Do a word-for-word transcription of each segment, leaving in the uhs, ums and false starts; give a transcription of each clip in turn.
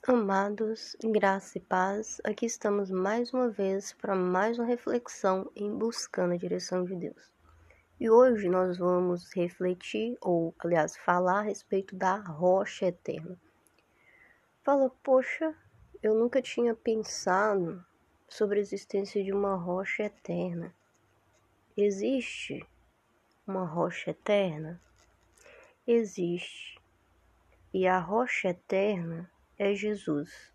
Amados, graça e paz, aqui estamos mais uma vez para mais uma reflexão em buscando a direção de Deus. E hoje nós vamos refletir, ou aliás, falar a respeito da rocha eterna. Fala, poxa, eu nunca tinha pensado sobre a existência de uma rocha eterna. Existe uma rocha eterna? Existe. E a rocha eterna é Jesus.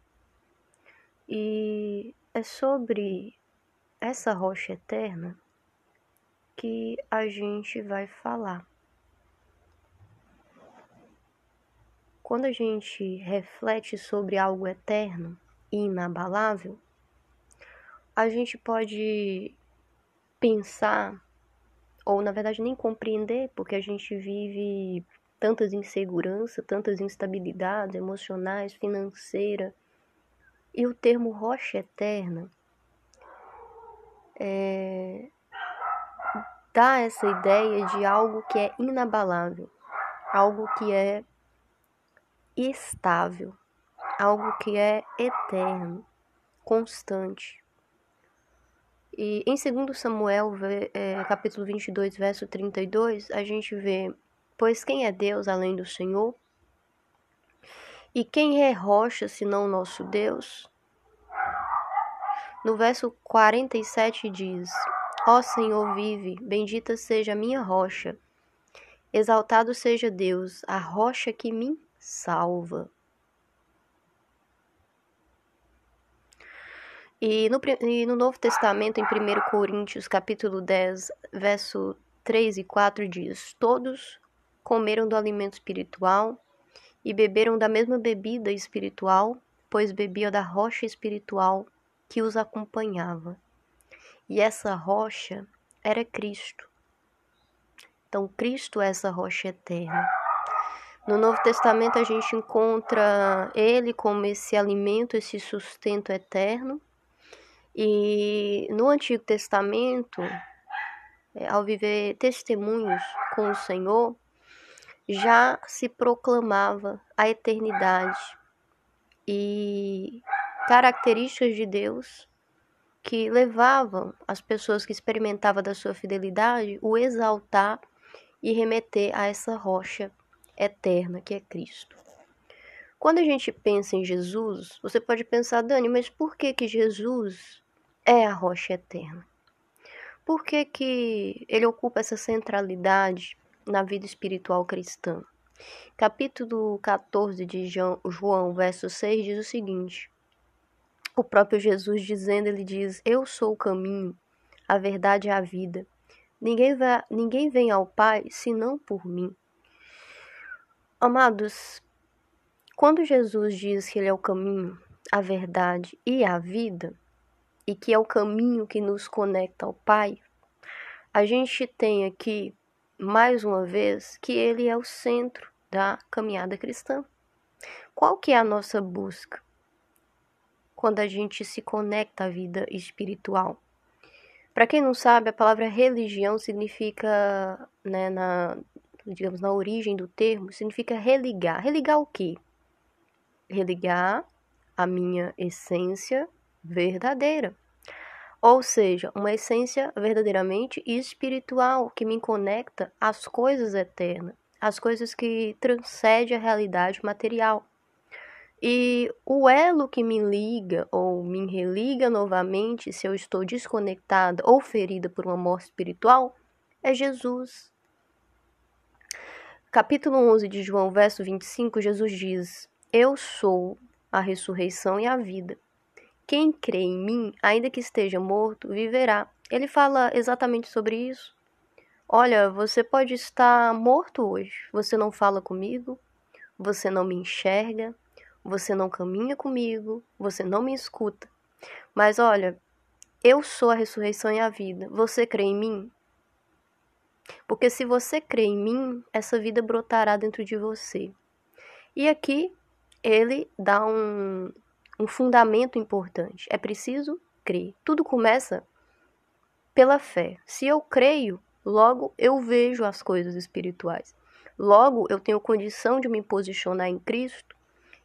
E é sobre essa rocha eterna que a gente vai falar. Quando a gente reflete sobre algo eterno e inabalável, a gente pode pensar, ou na verdade nem compreender, porque a gente vive tantas inseguranças, tantas instabilidades emocionais, financeiras, e o termo rocha eterna é, dá essa ideia de algo que é inabalável, algo que é estável, algo que é eterno, constante. E em segundo Samuel, é, capítulo vinte e dois, verso trinta e dois, a gente vê: pois quem é Deus além do Senhor? E quem é rocha senão nosso Deus? No verso quarenta e sete diz: ó Senhor vive, bendita seja a minha rocha, exaltado seja Deus, a rocha que me salva. E no, e no Novo Testamento, em primeiro Coríntios, capítulo dez, verso três e quatro, diz: todos comeram do alimento espiritual e beberam da mesma bebida espiritual, pois bebiam da rocha espiritual que os acompanhava. E essa rocha era Cristo. Então, Cristo é essa rocha eterna. No Novo Testamento, a gente encontra Ele como esse alimento, esse sustento eterno. E no Antigo Testamento, ao viver testemunhos com o Senhor, já se proclamava a eternidade e características de Deus que levavam as pessoas que experimentavam da sua fidelidade o exaltar e remeter a essa rocha eterna que é Cristo. Quando a gente pensa em Jesus, você pode pensar: Dani, mas por que que Jesus é a rocha eterna? Por que que ele ocupa essa centralidade na vida espiritual cristã? Capítulo catorze de João, verso seis, diz o seguinte: o próprio Jesus dizendo, ele diz: eu sou o caminho, a verdade e a vida. Ninguém, vai, ninguém vem ao Pai senão por mim. Amados, quando Jesus diz que ele é o caminho, a verdade e a vida, e que é o caminho que nos conecta ao Pai, a gente tem aqui, mais uma vez, que ele é o centro da caminhada cristã. Qual que é a nossa busca quando a gente se conecta à vida espiritual? Para quem não sabe, a palavra religião significa, né, na, digamos, na origem do termo, significa religar. Religar o quê? Religar a minha essência verdadeira. Ou seja, uma essência verdadeiramente espiritual que me conecta às coisas eternas, às coisas que transcendem a realidade material. E o elo que me liga ou me religa novamente, se eu estou desconectada ou ferida por uma morte espiritual, é Jesus. Capítulo onze de João, verso vinte e cinco, Jesus diz: eu sou a ressurreição e a vida. Quem crê em mim, ainda que esteja morto, viverá. Ele fala exatamente sobre isso. Olha, você pode estar morto hoje, você não fala comigo, você não me enxerga, você não caminha comigo, você não me escuta. Mas olha, eu sou a ressurreição e a vida. Você crê em mim? Porque se você crê em mim, essa vida brotará dentro de você. E aqui ele dá um, um fundamento importante. É preciso crer. Tudo começa pela fé. Se eu creio, logo eu vejo as coisas espirituais. Logo eu tenho condição de me posicionar em Cristo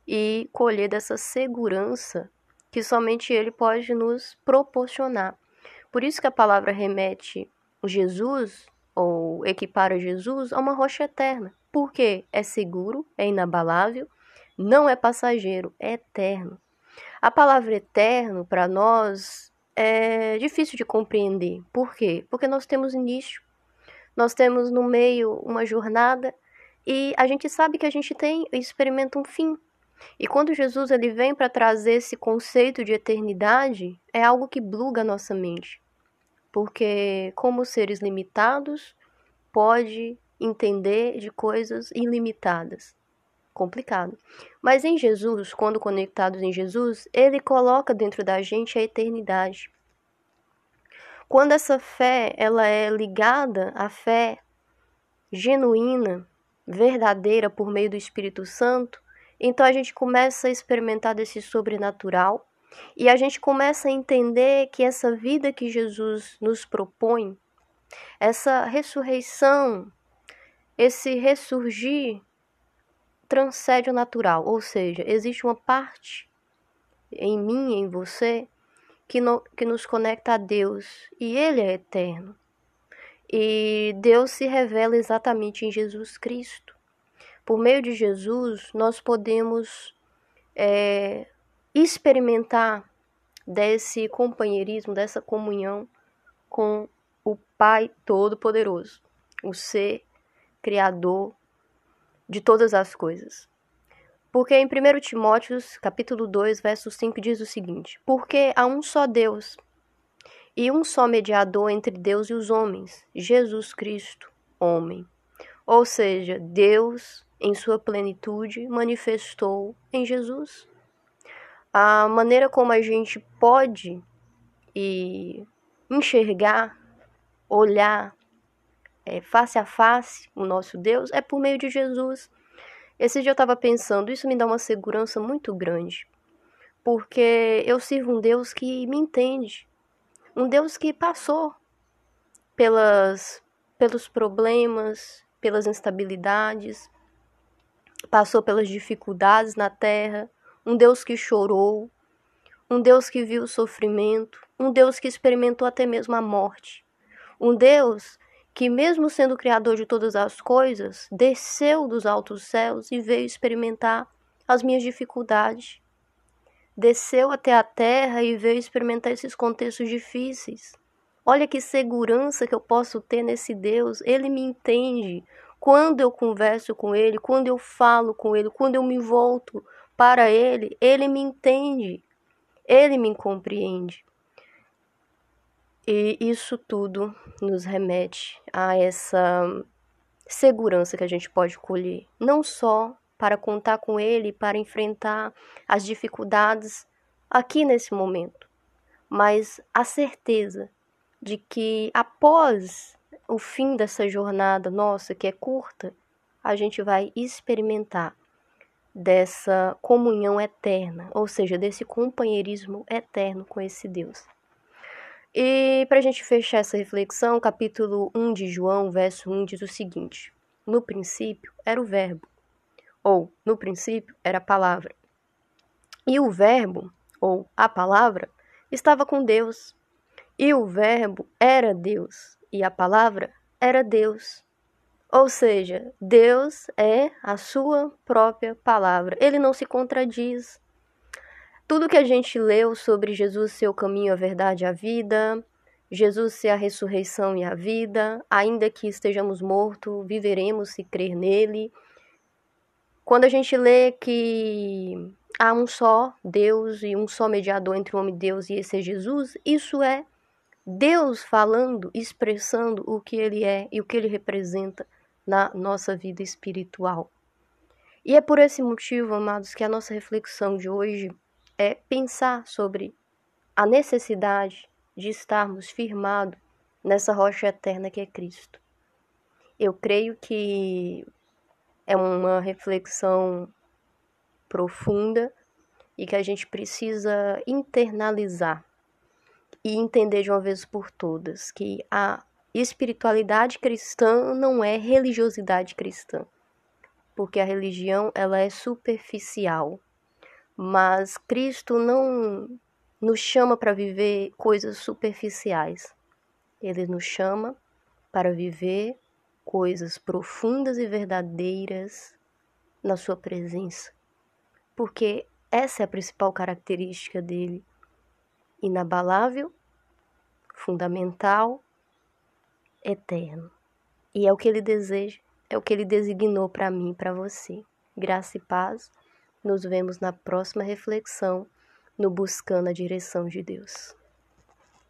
e colher dessa segurança que somente Ele pode nos proporcionar. Por isso que a palavra remete Jesus, ou equipara Jesus, a uma rocha eterna. Porque é seguro, é inabalável, não é passageiro, é eterno. A palavra eterno, para nós, é difícil de compreender. Por quê? Porque nós temos início, nós temos no meio uma jornada e a gente sabe que a gente tem e experimenta um fim. E quando Jesus ele vem para trazer esse conceito de eternidade, é algo que buga a nossa mente. Porque como seres limitados, pode entender de coisas ilimitadas. Complicado. Mas em Jesus, quando conectados em Jesus, ele coloca dentro da gente a eternidade. Quando essa fé ela é ligada à fé genuína, verdadeira por meio do Espírito Santo, então a gente começa a experimentar desse sobrenatural e a gente começa a entender que essa vida que Jesus nos propõe, essa ressurreição, esse ressurgir transcende o natural, ou seja, existe uma parte em mim, em você, que, no, que nos conecta a Deus, e Ele é eterno. E Deus se revela exatamente em Jesus Cristo. Por meio de Jesus, nós podemos é, experimentar desse companheirismo, dessa comunhão com o Pai Todo-Poderoso, o Ser Criador de todas as coisas. Porque em primeiro Timóteo, capítulo dois, verso cinco, diz o seguinte: porque há um só Deus, e um só mediador entre Deus e os homens, Jesus Cristo, homem. Ou seja, Deus, em sua plenitude, manifestou em Jesus. A maneira como a gente pode e enxergar, olhar é, face a face o nosso Deus é por meio de Jesus. Esse dia eu estava pensando, isso me dá uma segurança muito grande, porque eu sirvo um Deus que me entende, um Deus que passou pelas, pelos problemas, pelas instabilidades, passou pelas dificuldades na terra, um Deus que chorou, um Deus que viu o sofrimento, um Deus que experimentou até mesmo a morte, um Deus que mesmo sendo o Criador de todas as coisas, desceu dos altos céus e veio experimentar as minhas dificuldades. Desceu até a terra e veio experimentar esses contextos difíceis. Olha que segurança que eu posso ter nesse Deus. Ele me entende. Quando eu converso com Ele, quando eu falo com Ele, quando eu me volto para Ele, Ele me entende. Ele me compreende. E isso tudo nos remete a essa segurança que a gente pode colher, não só para contar com Ele, para enfrentar as dificuldades aqui nesse momento, mas a certeza de que após o fim dessa jornada nossa, que é curta, a gente vai experimentar dessa comunhão eterna, ou seja, desse companheirismo eterno com esse Deus. E para a gente fechar essa reflexão, capítulo um de João, verso um, diz o seguinte: no princípio era o verbo, ou no princípio era a palavra. E o verbo, ou a palavra, estava com Deus. E o verbo era Deus, e a palavra era Deus. Ou seja, Deus é a sua própria palavra. Ele não se contradiz. Tudo que a gente leu sobre Jesus ser o caminho, a verdade e a vida, Jesus ser a ressurreição e a vida, ainda que estejamos mortos, viveremos se crer nele. Quando a gente lê que há um só Deus e um só mediador entre o homem e Deus, e esse é Jesus, isso é Deus falando, expressando o que ele é e o que ele representa na nossa vida espiritual. E é por esse motivo, amados, que a nossa reflexão de hoje é pensar sobre a necessidade de estarmos firmados nessa rocha eterna que é Cristo. Eu creio que é uma reflexão profunda e que a gente precisa internalizar e entender de uma vez por todas que a espiritualidade cristã não é religiosidade cristã, porque a religião ela é superficial. Mas Cristo não nos chama para viver coisas superficiais. Ele nos chama para viver coisas profundas e verdadeiras na sua presença. Porque essa é a principal característica dele. Inabalável, fundamental, eterno. E é o que ele deseja, é o que ele designou para mim e para você. Graça e paz. Nos vemos na próxima reflexão no Buscando a Direção de Deus.